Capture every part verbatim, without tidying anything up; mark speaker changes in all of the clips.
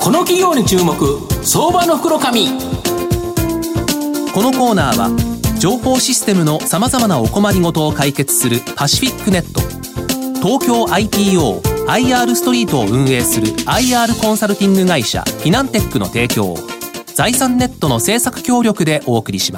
Speaker 1: この企業に注目、相場の袋紙。
Speaker 2: このコーナーは情報システムのさまざまなお困りごとを解決するパシフィックネット、東京 アイピーオー アイアール ストリートを運営する アイアール コンサルティング会社フィナンテックの提供、財産ネットの制作協力でお送りします。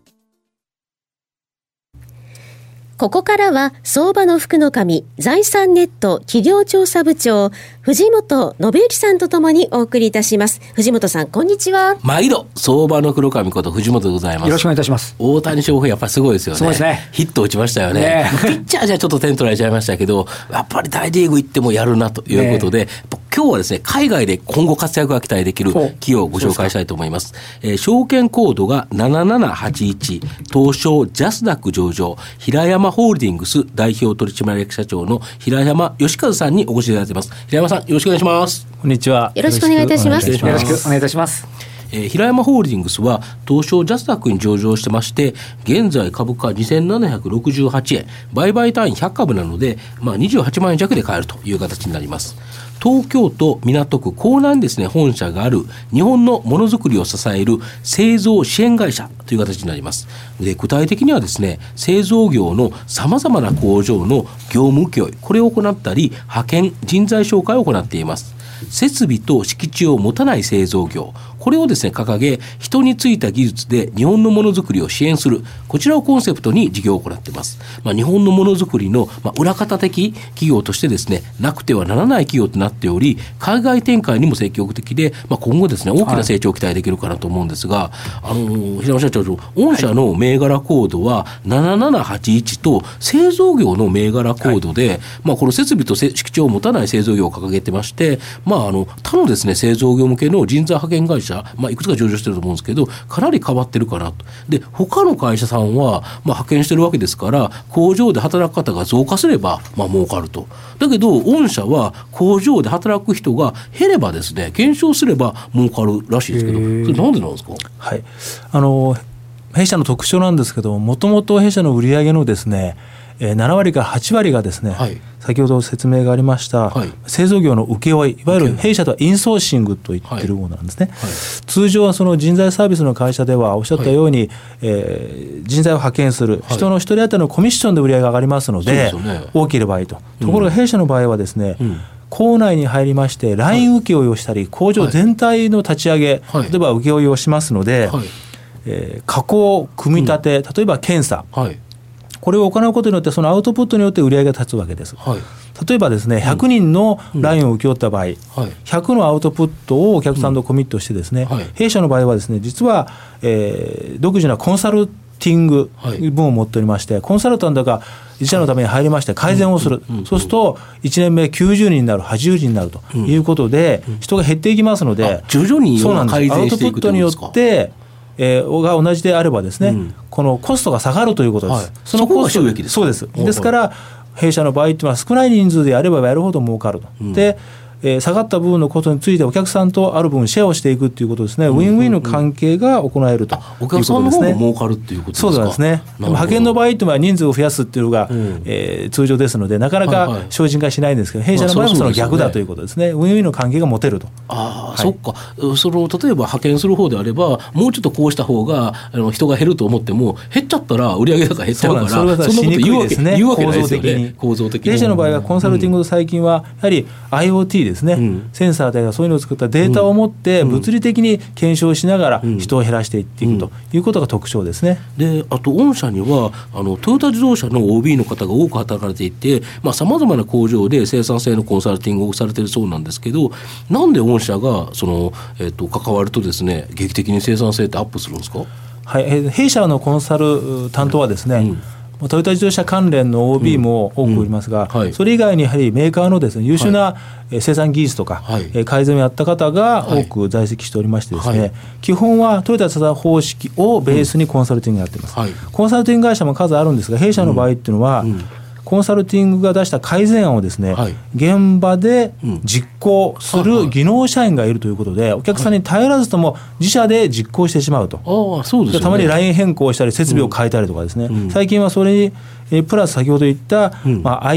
Speaker 3: ここからは相場の福の神、財産ネット企業調査部長藤本信之さんとともにお送りいたします。藤本さん、こんにちは。
Speaker 1: 毎度相場の黒神こと藤本でございます。
Speaker 4: よろしくお願いいたします。
Speaker 1: 大谷翔平やっぱりすごいですよね。
Speaker 4: そうですね。
Speaker 1: ヒット打ちましたよね。ねピッチャーじゃちょっと点取られちゃいましたけど、やっぱり大リーグ行ってもやるなということで、ね、今日はですね、海外で今後活躍が期待できる企業をご紹介したいと思います。えー、証券コードがななななはちいち、東証ジャスダック上場、平山ホールディングス代表取締役社長の平山義和さんにお越しいただいています。平山さん、よろしくお願いします。
Speaker 4: こんにちは。
Speaker 3: よろしくお願いいたします。
Speaker 4: よろしくお願いいたします。
Speaker 1: えー、平山ホールディングスは東証ジャスダックに上場してまして、現在株価にせんななひゃくろくじゅうはちえん、売買単位ひゃくかぶなので、まあ、にじゅうはちまんえん弱で買えるという形になります。東京都港区江南にですね、本社がある日本のものづくりを支える製造支援会社という形になります。で、具体的にはですね、製造業のさまざまな工場の業務請負、これを行ったり、派遣人材紹介を行っています。設備と敷地を持たない製造業、これをですね掲げ、人についた技術で日本のものづくりを支援する、こちらをコンセプトに事業を行っています。まあ、日本のものづくりの、まあ、裏方的企業としてですね、なくてはならない企業となっており、海外展開にも積極的で、まあ、今後ですね、大きな成長を期待できるかなと思うんですが、はい、あの平山社長、御社の銘柄コードはななななはちいちと製造業の銘柄コードで、はい、まあ、この設備と敷地を持たない製造業を掲げてまして、まあ、あの他のですね、製造業向けの人材派遣会社、まあ、いくつか上場してると思うんですけど、かなり変わってるかなと。で、他の会社さんは、まあ、派遣してるわけですから、工場で働く方が増加すれば、まあ、儲かると。だけど御社は工場で働く人が減ればですね、減少すれば儲かるらしいですけど、それなんでなんですか？
Speaker 4: はい、あの弊社の特徴なんですけど、もともと弊社の売上のですね、ななわりからはちわりがですね、はい、先ほど説明がありました、はい、製造業の請負、いわゆる弊社とはインソーシングと言っているものなんですね。はいはい、通常はその人材サービスの会社ではおっしゃったように、はい、えー、人材を派遣する、はい、人の一人当たりのコミッションで売り上げが上がりますの で, で、ね、大きい場合と、ところが弊社の場合はですね、うん、校内に入りましてライン請負をしたり、はい、工場全体の立ち上げ、はい、例えば請負をしますので、はい、えー、加工、組み立て、うん、例えば検査、はい、これを行うことによってそのアウトプットによって売り上げが立つわけです。はい、例えばですね、ひゃくにんのラインを請け負った場合、うん、ひゃくのアウトプットをお客さんとコミットしてですね、うん、はい、弊社の場合はですね、実は、えー、独自なコンサルティング分を持っておりまして、コンサルタントが自社のために入りまして改善をする、うんうん、そうするといちねんめきゅうじゅうにんになる、はちじゅうにんになるということで、うん、人が減っていきますので、
Speaker 1: 徐々に改善していくということですか？
Speaker 4: アウトプットによってえー、が同じであればですね、うん、このコストが下がるということです。はい、
Speaker 1: そのコストが収益ですか？
Speaker 4: そうです。ですから弊社の場合というのは少ない人数でやればやるほど儲かると。うん、で、えー、下がった部分のことについてお客さんとある分シェアをしていくということですね。うんうんうん、ウィンウィンの関係が行えるということですね。
Speaker 1: お客さんの方も儲かるということですか？
Speaker 4: そうですね。派遣の場合というのは人数を増やすというのが、うん、えー、通常ですのでなかなか精進化しないんですけど、はいはい、弊社の場合はその逆だということですね。ウィンウィンの関係が持てると。
Speaker 1: あ、はい、そっか。その例えば派遣する方であれば、もうちょっとこうした方があの人が減ると思っても、減っちゃったら売上高減っちゃうから、そんなこと言うわけ言うわけないですよね。構造的に。
Speaker 4: 弊社の場合はコンサルティングと最近はやはり アイオーティー ですね。うん、センサーでそういうのを作ったデータを持って物理的に検証しながら人を減らしていっていくということが特徴ですね。
Speaker 1: で、あと御社にはあのトヨタ自動車の オービー の方が多く働かれていて、さまざ、まな工場で生産性のコンサルティングをされているそうなんですけど、なんで御社がその、えー、と関わるとですね、劇的に生産性ってアップするんですか？
Speaker 4: はい、弊社のコンサル担当はですね、うん、トヨタ自動車関連の オービー も多くおりますが、うんうん、はい、それ以外にやはりメーカーのですね、優秀な生産技術とか、はい、改善をやった方が多く在籍しておりましてですね、はい、基本はトヨタ自動車方式をベースにコンサルティングをやっています。うん、はい、コンサルティング会社も数あるんですが、弊社の場合っていうのは、うんうん、コンサルティングが出した改善案をですね、はい、現場で実行する技能社員がいるということで、お客さんに頼らずとも自社で実行してしまうと。
Speaker 1: ああ、そうですよね。
Speaker 4: たまにライン変更したり設備を変えたりとかですね、うん、最近はそれにプラス先ほど言った、うん、まあ、アイイー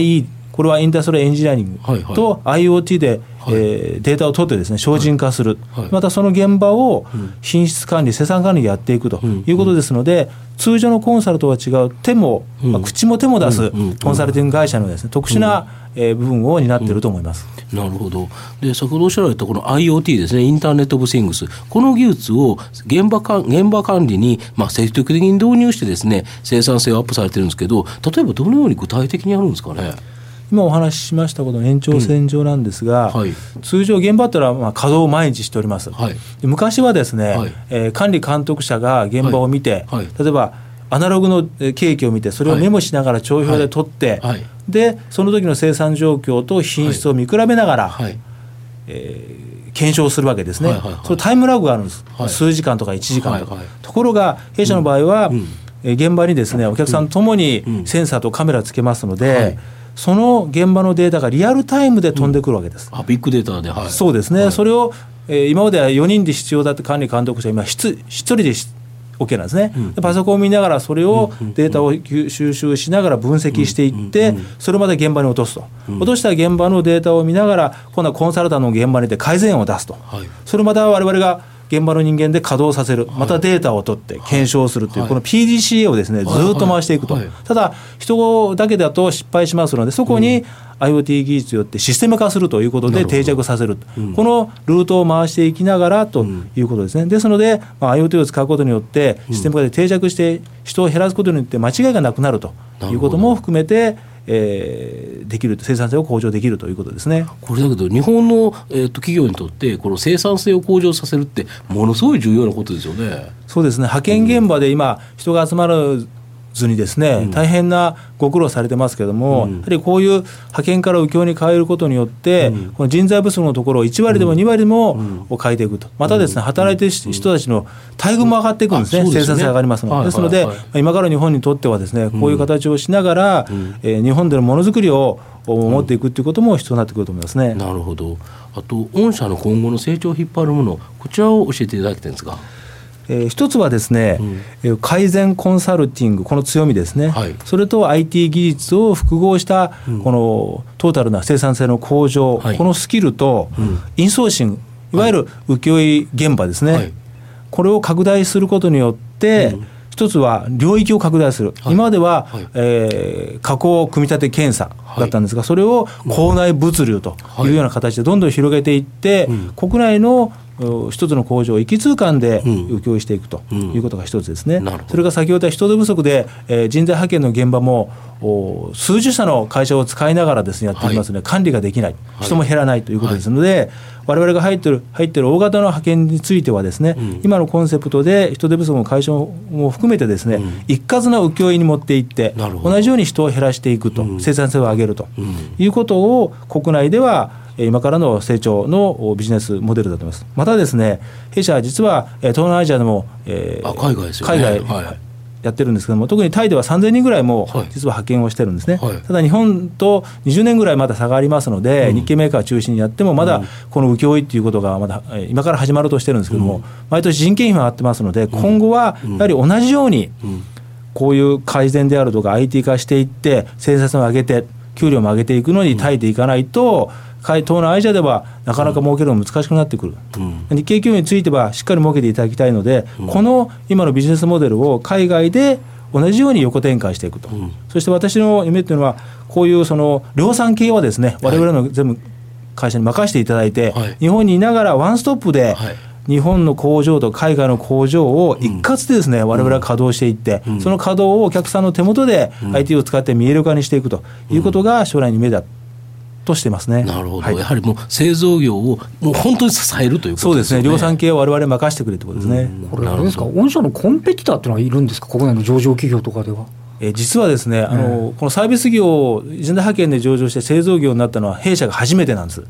Speaker 4: これはインダストリアルエンジニアリングと IoT で、はいえー、データを取ってですね精進化する、はいはい、またその現場を品質管理生産管理やっていくということですので、通常のコンサルとは違う手も、まあ、口も手も出すコンサルティング会社のですね特殊な部分を担っていると思います。
Speaker 1: うん、なるほど。で先ほどおっしゃられたこの IoT ですね、インターネットオブシングス、この技術を現場か現場管理に、まあ、積極的に導入してですね生産性をアップされてるんですけど、例えばどのように具体的にやるんですかね。
Speaker 4: 今お話ししましたことの延長線上なんですが、うんはい、通常現場というのはまあ稼働を毎日しております、はい、で昔はですね、はいえー、管理監督者が現場を見て、はいはい、例えばアナログの契機を見てそれをメモしながら帳票で取って、はいはい、でその時の生産状況と品質を見比べながら、はいえー、検証するわけですね、はいはいはい、そのタイムラグがあるんです、はい、数時間とかいちじかんとか、はいはい、ところが弊社の場合は、うんうん、現場にですねお客さんともにセンサーとカメラつけますので、うんはいその現場のデータがリアルタイムで飛んでくるわけです、
Speaker 1: うん、あビッグデータで、はい、
Speaker 4: そうですね、はい、それを、えー、今まではよにんで必要だって管理監督者今ひとりで OK なんですね、うん、でパソコンを見ながらそれをデータを収集しながら分析していってそれまで現場に落とすと、うん、落とした現場のデータを見ながら今度はコンサルタントの現場にて改善を出すと、はい、それまた我々が現場の人間で稼働させる、またデータを取って検証するという、はい、この ピーディーシーエー をですね、はい、ずっと回していくと、はいはい、ただ人だけだと失敗しますのでそこに IoT 技術によってシステム化するということで定着させる、うん、このルートを回していきながらということですね。ですので、まあ、IoT を使うことによってシステム化で定着して人を減らすことによって間違いがなくなるということも含めてえー、できる生産性を向上できるということですね。
Speaker 1: これだけど日本の、えー、と企業にとってこの生産性を向上させるってものすごい重要なことですよね。
Speaker 4: そうですね。派遣現場で今、うん、人が集まるずにですね、うん、大変なご苦労されてますけれども、うん、やはりこういう派遣から請負に変えることによって、うん、この人材不足のところをいちわりでもにわりでも変えていくと、またですね、働いている人たちの待遇も上がっていくんですね、うん、生産性上がりますので、はいはいはい、ですので今から日本にとってはですね、こういう形をしながら、うんえー、日本でのものづくりを持っていくということも必要になってくると思いますね、
Speaker 1: うん、なるほど。あと御社の今後の成長を引っ張るもの、こちらを教えていただきたいんですが。
Speaker 4: えー、一つはですね、うん、改善コンサルティング、この強みですね、はい、それと アイティー 技術を複合したこのトータルな生産性の向上、うん、このスキルとインソーシング、いわゆる請負現場ですね、はい、これを拡大することによって、うん、一つは領域を拡大する、はい、今までは、はいえー、加工組み立て検査だったんですが、それを校内物流というような形でどんどん広げていって、はい、国内の一つの工場を一気通貫で請負していくということが一つですね、うんうん、それから先ほどは人手不足で、えー、人材派遣の現場も数十社の会社を使いながらですねやっていますので、はい、管理ができない、人も減らないということですので、はい、我々が入っている入っている大型の派遣についてはですね、うん、今のコンセプトで人手不足の解消も含めてですね、うん、一括の請負に持っていって同じように人を減らしていくと、うん、生産性を上げるということを国内では今からの成長のビジネスモデルだと思います。またですね、弊社は実は東南アジアでも、えー、あ海外ですよね、海外やってるんですけども、特にタイではさんぜんにんぐらいも実は派遣をしてるんですね、はい、ただ日本とにじゅうねんぐらいまだ差がありますので、うん、日系メーカー中心にやってもまだこの請負っていうことがまだ今から始まろうとしてるんですけども、うん、毎年人件費も上がってますので、今後はやはり同じようにこういう改善であるとか アイティー 化していって生産性を上げて給料も上げていくのに耐えていかないと、東南アジアではなかなか儲けるのが難しくなってくる、うん、日系企業についてはしっかり儲けていただきたいので、うん、この今のビジネスモデルを海外で同じように横展開していくと、うん、そして私の夢というのはこういうその量産系はですね、我々の全部会社に任せていただいて、はい、日本にいながらワンストップで、はい、日本の工場と海外の工場を一括でですね、うん、我々が稼働していって、うん、その稼働をお客さんの手元で アイティー を使って見える化にしていくということが将来に目だとしてますね。
Speaker 1: なるほど、
Speaker 4: はい、
Speaker 1: やはりもう製造業をもう本当に支えるということですね。
Speaker 4: そうですね、量産系を我々任せてくれということですね。
Speaker 5: これあれですか、御社のコンペティターってのはいるんですか、国内の上場企業とかでは。
Speaker 4: えー、実はですね、あのこのサービス業、人材派遣で上場して製造業になったのは弊社が初めてなんです。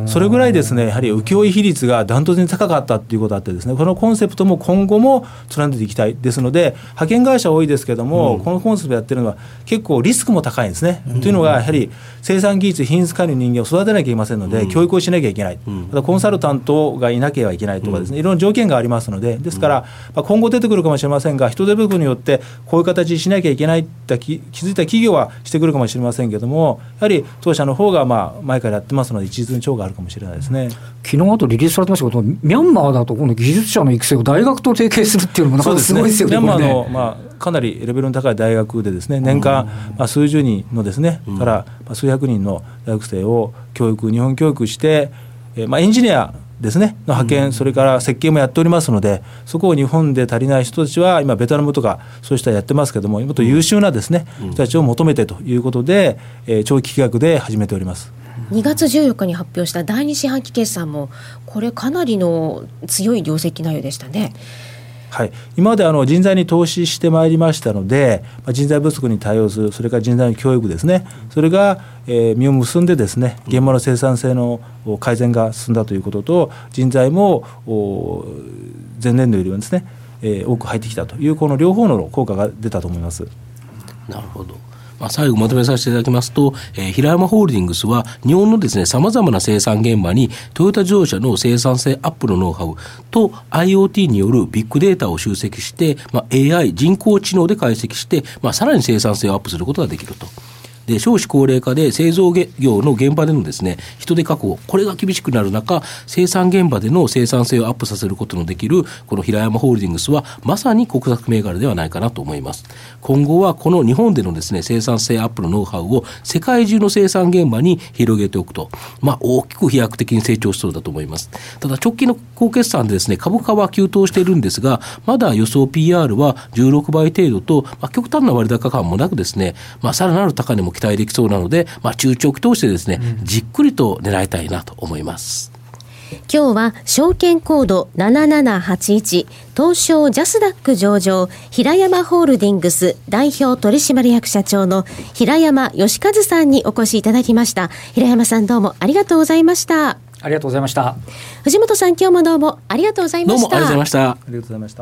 Speaker 4: それぐらいですねやはり請負比率がダントツに高かったということがあってですね、このコンセプトも今後も貫いていきたいですので、派遣会社多いですけども、うん、このコンセプトやってるのは結構リスクも高いんですね、うん、というのがやはり生産技術品質管理の人間を育てなきゃいけませんので、うん、教育をしなきゃいけない、うん、またコンサルタントがいなければいけないとかですね、うん、いろんな条件がありますので、ですから、まあ、今後出てくるかもしれませんが、人手不足によってこういう形にしなきゃいけないと気づいた企業はしてくるかもしれませんけども、やはり当社の方がまあ前からやってますので一途に長があるかもしれないですね。
Speaker 5: 昨日あとリリースされてましたけど、ミャンマーだとこの技術者の育成を大学と提携するっていうのもなかなかすごいですよね。
Speaker 4: ミャンマーの、まあ、かなりレベルの高い大学でですね、年間、まあ、数十人のですね、から、まあ、数百人の大学生を教育日本教育して、えーまあ、エンジニアですねの派遣、それから設計もやっておりますので、そこを日本で足りない人たちは今ベトナムとかそういう人はやってますけども、もっと優秀なですね、人たちを求めてということで、えー、長期企画で始めております。
Speaker 3: にがつじゅうよっかに発表しただいに四半期決算もこれかなりの強い業績内容でしたね。
Speaker 4: はい、今まであの人材に投資してまいりましたので、まあ、人材不足に対応する、それから人材の教育ですね、それが、えー、実を結んでですね、現場の生産性の改善が進んだということと、人材も前年度よりはですね、えー、多く入ってきたという、この両方の効果が出たと思います。
Speaker 1: なるほど。まあ、最後まとめさせていただきますと、えー、平山ホールディングスは日本のですね、様々な生産現場にトヨタ自動車の生産性アップのノウハウと IoT によるビッグデータを集積して、まあ、エーアイ 人工知能で解析して、まあ、さらに生産性をアップすることができると。で、少子高齢化で製造業の現場でのですね、人手確保、これが厳しくなる中、生産現場での生産性をアップさせることのできるこの平山ホールディングスはまさに国策銘柄ではないかなと思います。今後はこの日本でのですね、生産性アップのノウハウを世界中の生産現場に広げておくと、まあ、大きく飛躍的に成長しそうだと思います。ただ直近の高決算でですね、株価は急騰しているんですが、まだ予想 ピーアール はじゅうろくばい程度と、まあ、極端な割高感もなくですね、まあ、さらなる高値も期待できそうなので、まあ、中長期投資でですね、うん、じっくりと狙いたいなと思います。
Speaker 3: 今日は証券コードななななはちいち東証ジャスダック上場平山ホールディングス代表取締役社長の平山義和さんにお越しいただきました。平山さん、どうもありがとうございました。
Speaker 5: ありがとうございました。
Speaker 3: 藤本さん、今日もどうもありがとうございました。
Speaker 1: どうもありがとうございました。
Speaker 4: ありがとうございました。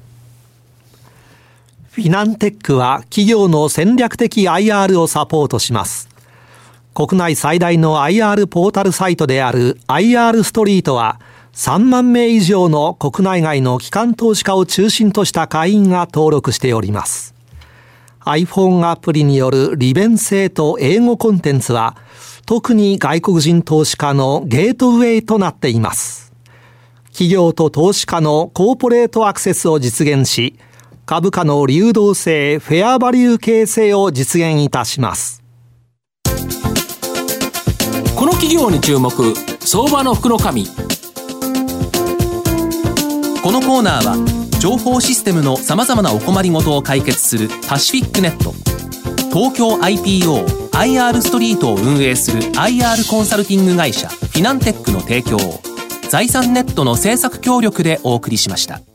Speaker 6: フィナンテックは企業の戦略的 アイアール をサポートします。国内最大の アイアール ポータルサイトである アイアール ストリートはさんまんめい以上の国内外の機関投資家を中心とした会員が登録しております。 iPhone アプリによる利便性と英語コンテンツは特に外国人投資家のゲートウェイとなっています。企業と投資家のコーポレートアクセスを実現し、株価の流動性、フェアバリュー形成を実現いたします。
Speaker 1: この企業に注目、相場の福の神。
Speaker 2: このコーナーは情報システムのさまざまなお困りごとを解決するパシフィックネット、東京 アイピーオー、アイアール ストリートを運営する アイアール コンサルティング会社フィナンテックの提供を財産ネットの制作協力でお送りしました。